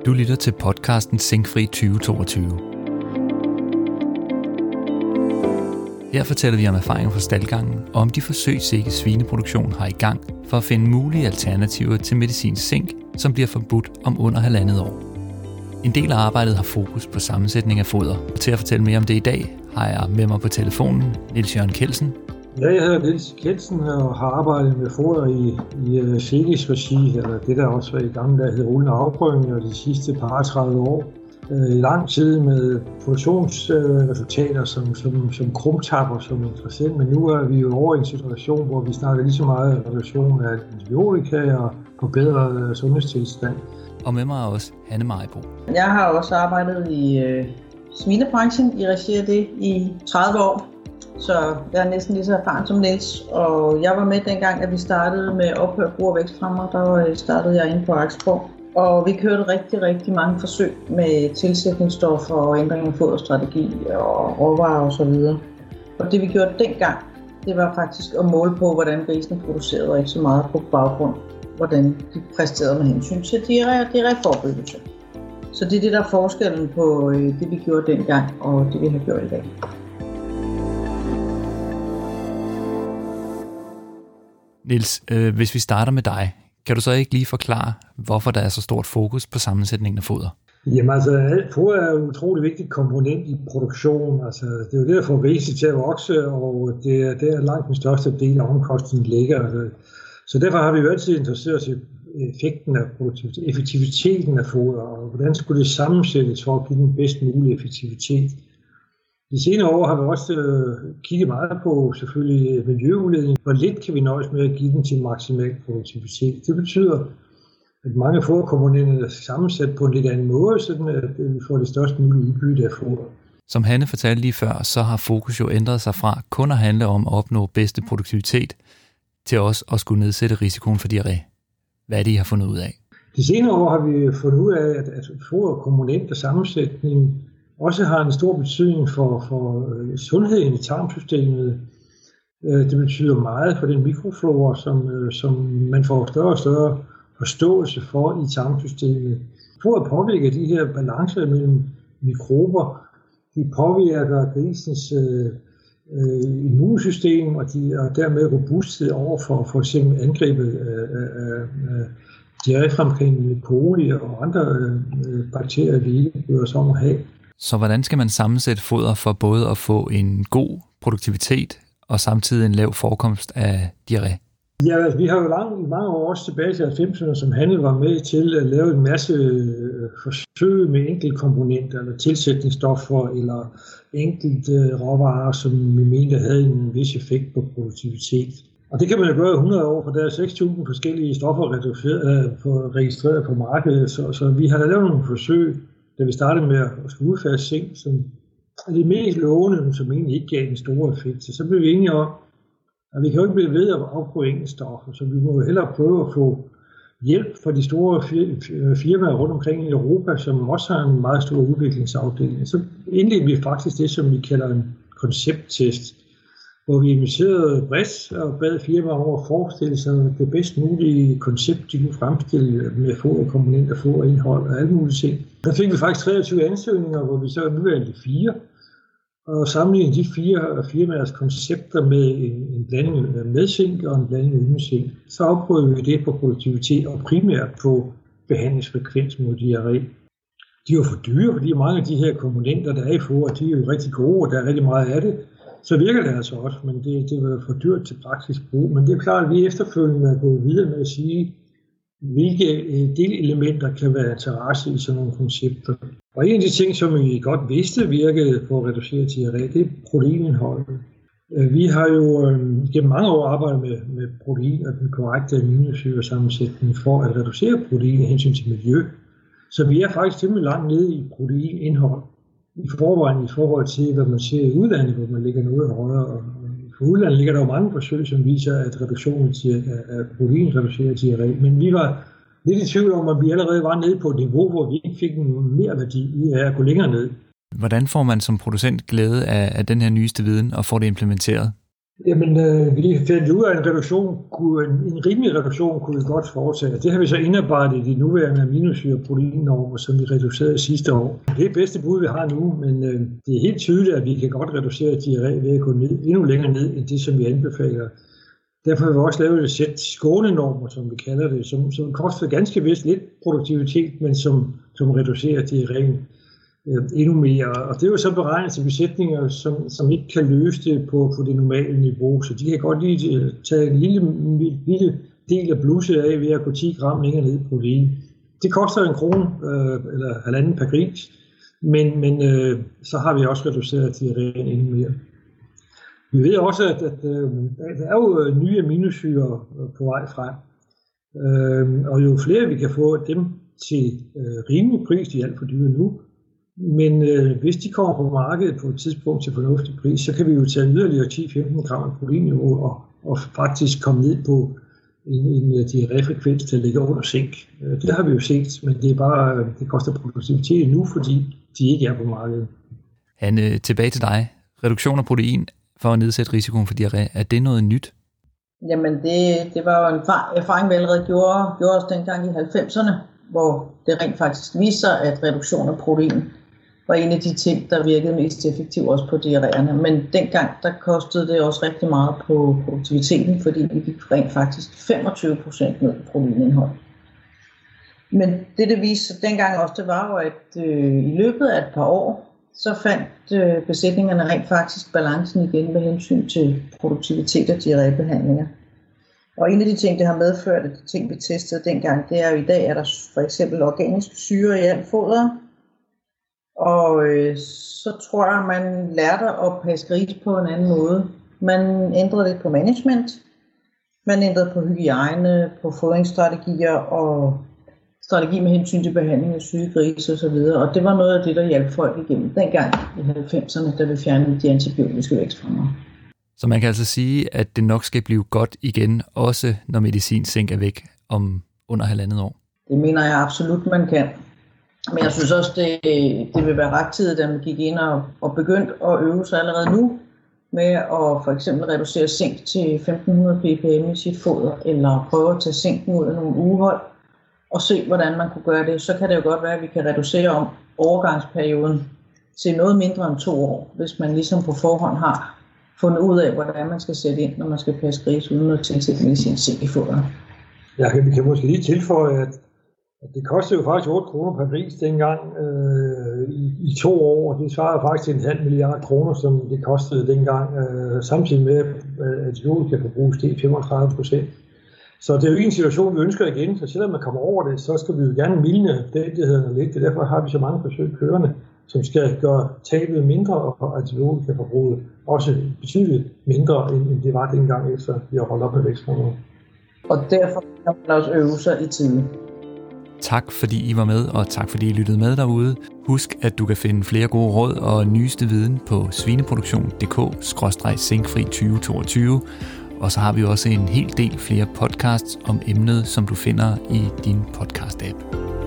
Du lytter til podcasten Zinkfri 2022. Her fortæller vi om erfaringer fra staldgangen og om de forsøg, Sikkes Svineproduktion har i gang for at finde mulige alternativer til medicinsk zink, som bliver forbudt om under 1,5 år. En del af arbejdet har fokus på sammensætning af foder. Og til at fortælle mere om det i dag, har jeg med mig på telefonen Niels Jørgen Kjeldsen. Ja, jeg hedder Niels Kjeldsen og har arbejdet med foder i Sikkes regi, eller det der også var i gang, der hedder rullende afprøvning, og de sidste par 30 år. I lang tid med produktionsresultater som krumtapper, som interessant, men nu er vi jo over i en situation, hvor vi snakker lige så meget reduktion af antibiotika og forbedret sundhedstilstand. Og med mig er også Hanne Maribo. Jeg har også arbejdet i svinebranchen i regi af det i 30 år. Så jeg er næsten lige så erfaren som Niels, og jeg var med dengang, at vi startede med ophør brug og vækstfremmer. Der startede jeg inde på Axborg, og vi kørte rigtig mange forsøg med tilsætningsstoffer og ændring af foderstrategi og råvarer osv. Og det vi gjorde dengang, det var faktisk at måle på, hvordan grisene producerede, og ikke så meget på baggrund, hvordan de præsterede med hensyn til diarréforebyggelse. Så det er det, der er forskellen på det, vi gjorde dengang, og det, vi har gjort i dag. Niels, hvis vi starter med dig, kan du så ikke lige forklare, hvorfor der er så stort fokus på sammensætningen af foder? Jamen altså, foder er en utrolig vigtig komponent i produktion. Altså, det er jo det, der får grise til at vokse, og det er langt den største del af omkostningen ligger. Altså, så derfor har vi jo altid interesseret os i effekten af effektiviteten af foder, og hvordan skulle det sammensættes for at give den bedst mulige effektivitet. De senere år har vi også kigget meget på selvfølgelig miljøudledning. Hvor lidt kan vi nøjes med at give den til maksimal produktivitet. Det betyder, at mange foderkomponenter er sammensat på en lidt anden måde, så at vi får det størst mulige udbytte af foder. Som Hanne fortalte lige før, så har fokus jo ændret sig fra kun at handle om at opnå bedste produktivitet, til også at skulle nedsætte risikoen for diarré. Hvad er det, I har fundet ud af? De senere år har vi fundet ud af, at foderkomponenter sammensætning også har en stor betydning for sundheden i tarmsystemet. Det betyder meget for den mikroflora, som man får større og større forståelse for i tarmsystemet. Foder påvirker de her balancer mellem mikrober. De påvirker grisens immunsystem og dermed robusthed over for eksempel angrebet af diarréfremkaldende coli og andre bakterier, vi ikke bryder os om at have. Så hvordan skal man sammensætte foder for både at få en god produktivitet og samtidig en lav forekomst af diarré? Ja, altså, vi har jo mange år også tilbage til 90'erne, som Hanne var med til at lave en masse forsøg med enkelte komponenter eller tilsætningsstoffer eller enkelte råvarer, som vi mente havde en vis effekt på produktivitet. Og det kan man jo gøre i 100 år, for der er 6.000 forskellige stoffer registreret på markedet, så vi har lavet nogle forsøg, da vi startede med at skulle udfase zink, som er det mest lovende, men som egentlig ikke gav en stor effekt. Så blev vi enige om, at vi kan jo ikke blive ved at afprøve enkeltstoffer, så vi må jo hellere prøve at få hjælp fra de store firmaer rundt omkring i Europa, som også har en meget stor udviklingsafdeling. Så indledte vi faktisk det, som vi kalder en koncepttest, hvor vi inviterede bredt og bad firmaer over at forestille sig det bedst mulige koncept, de kunne fremstille med foderkomponenter, foderindhold og alle mulige ting. Der fik vi faktisk 23 ansøgninger, hvor vi så udvalgte 4, og sammenlignede de 4 firmaers koncepter med en blanding med zink og en blanding uden zink. Så afprøvede vi det på produktivitet og primært på behandlingsfrekvens mod diarré. De var for dyre, fordi mange af de her komponenter, der er i foder, de er jo rigtig gode, og der er rigtig meget af det. Så virker det altså også, men det var for dyrt til praktisk brug. Men det er klart, at vi efterfølgende er gået videre med at sige, hvilke delelementer kan være interesse i sådan nogle koncepter. Og en af de ting, som vi godt vidste virkede på at reducere diarré, det er proteinindholdet. Vi har jo gennem mange år arbejdet med protein og den korrekte aminosyresammensætning for at reducere protein af hensyn til miljø. Så vi er faktisk temmelig langt nede i proteinindhold i forhold til, hvad man ser i udlandet, hvor man ligger noget højere. Og for udlandet ligger der jo mange forsøg, som viser, at reduktionen af protein reducerer diarré. Men vi var lidt i tvivl om, at vi allerede var nede på et niveau, hvor vi ikke fik en mere værdi ud af at gå længere ned. Hvordan får man som producent glæde af den her nyeste viden og får det implementeret? Jamen, vi fandt ud af en rimelig reduktion kunne vi godt foretage. Det har vi så indarbejdet i de nuværende aminosyreproteinnormer, som vi reducerede sidste år. Det er det bedste bud, vi har nu, men det er helt tydeligt, at vi kan godt reducere diarré ved at gå endnu længere ned, end det, som vi anbefaler. Derfor har vi også lavet et sæt skånenormer, som vi kalder det, som koster ganske vist lidt produktivitet, men som reducerer diarréen endnu mere. Og det er jo så beregnet til besætninger, som ikke kan løse det på det normale niveau. Så de kan godt lige tage en lille del af blusset af ved at gå 10 gram længere ned i protein. Det koster 1 krone eller 1,5 per gris, men så har vi også reduceret diarréen endnu mere. Vi ved også, at der er jo nye aminosyrer på vej frem. Og jo flere vi kan få dem til rimelig pris, de er alt for dyre nu, men hvis de kommer på markedet på et tidspunkt til fornuftig pris, så kan vi jo tage yderligere 10-15 gram proteinniveau og faktisk komme ned på en diarréfrekvens, der ligger under zink. Det har vi jo set, men det koster produktivitet nu, fordi de ikke er på markedet. Hanne, tilbage til dig. Reduktion af protein for at nedsætte risikoen for diarré, er det noget nyt? Jamen det var jo en erfaring, vi allerede gjorde os dengang i 90'erne, hvor det rent faktisk viste sig, at reduktion af protein var en af de ting, der virkede mest effektivt også på diarréerne. Men dengang, der kostede det også rigtig meget på produktiviteten, fordi vi gik rent faktisk 25% ned på proteinindhold. Men det viste sig dengang også, det var jo, at i løbet af et par år, så fandt besætningerne rent faktisk balancen igen med hensyn til produktivitet og diarrébehandlinger. Og en af de ting, det har medført, at de ting, vi testede dengang, det er jo i dag, at der for eksempel organisk syre i alt foder. Og så tror jeg, man lærte at passe gris på en anden måde. Man ændrede lidt på management, man ændrede på hygiejne, på fodringsstrategier og strategi med hensyn til behandling af syge grise osv. Og det var noget af det, der hjalp folk igennem dengang i 90'erne, da vi fjernede de antibiotiske vækstfremmere. Så man kan altså sige, at det nok skal blive godt igen, også når medicinzink er væk om under 1,5 år? Det mener jeg absolut, man kan. Men jeg synes også, det vil være rettidigt, at man gik ind og begyndte at øve sig allerede nu med at for eksempel reducere zink til 1500 ppm i sit foder, eller prøve at tage zinken ud af nogle ugehold og se, hvordan man kunne gøre det. Så kan det jo godt være, at vi kan reducere overgangsperioden til noget mindre end 2 år, hvis man ligesom på forhånd har fundet ud af, hvordan man skal sætte ind, når man skal passe gris uden at tilsætte medicin zink i fodret. Vi kan måske lige tilføje, at det kostede jo faktisk 8 kroner per gris dengang i 2 år. Det svarer faktisk til 0,5 milliard kroner, som det kostede dengang, samtidig med, at antibiotikaforbruget steg 35%. Så det er jo ikke en situation, vi ønsker igen, så selvom man kommer over det, så skal vi jo gerne mildne omstændighederne lidt. Derfor har vi så mange forsøg kørende, som skal gøre tabet mindre, og antibiotikaforbruget også betydeligt mindre, end det var dengang, efter vi har holdt op med vækstfremmere. Og derfor kan man også øve sig i tiden. Tak fordi I var med, og tak fordi I lyttede med derude. Husk, at du kan finde flere gode råd og nyeste viden på svineproduktion.dk/zinkfri 2022. Og så har vi også en hel del flere podcasts om emnet, som du finder i din podcast-app.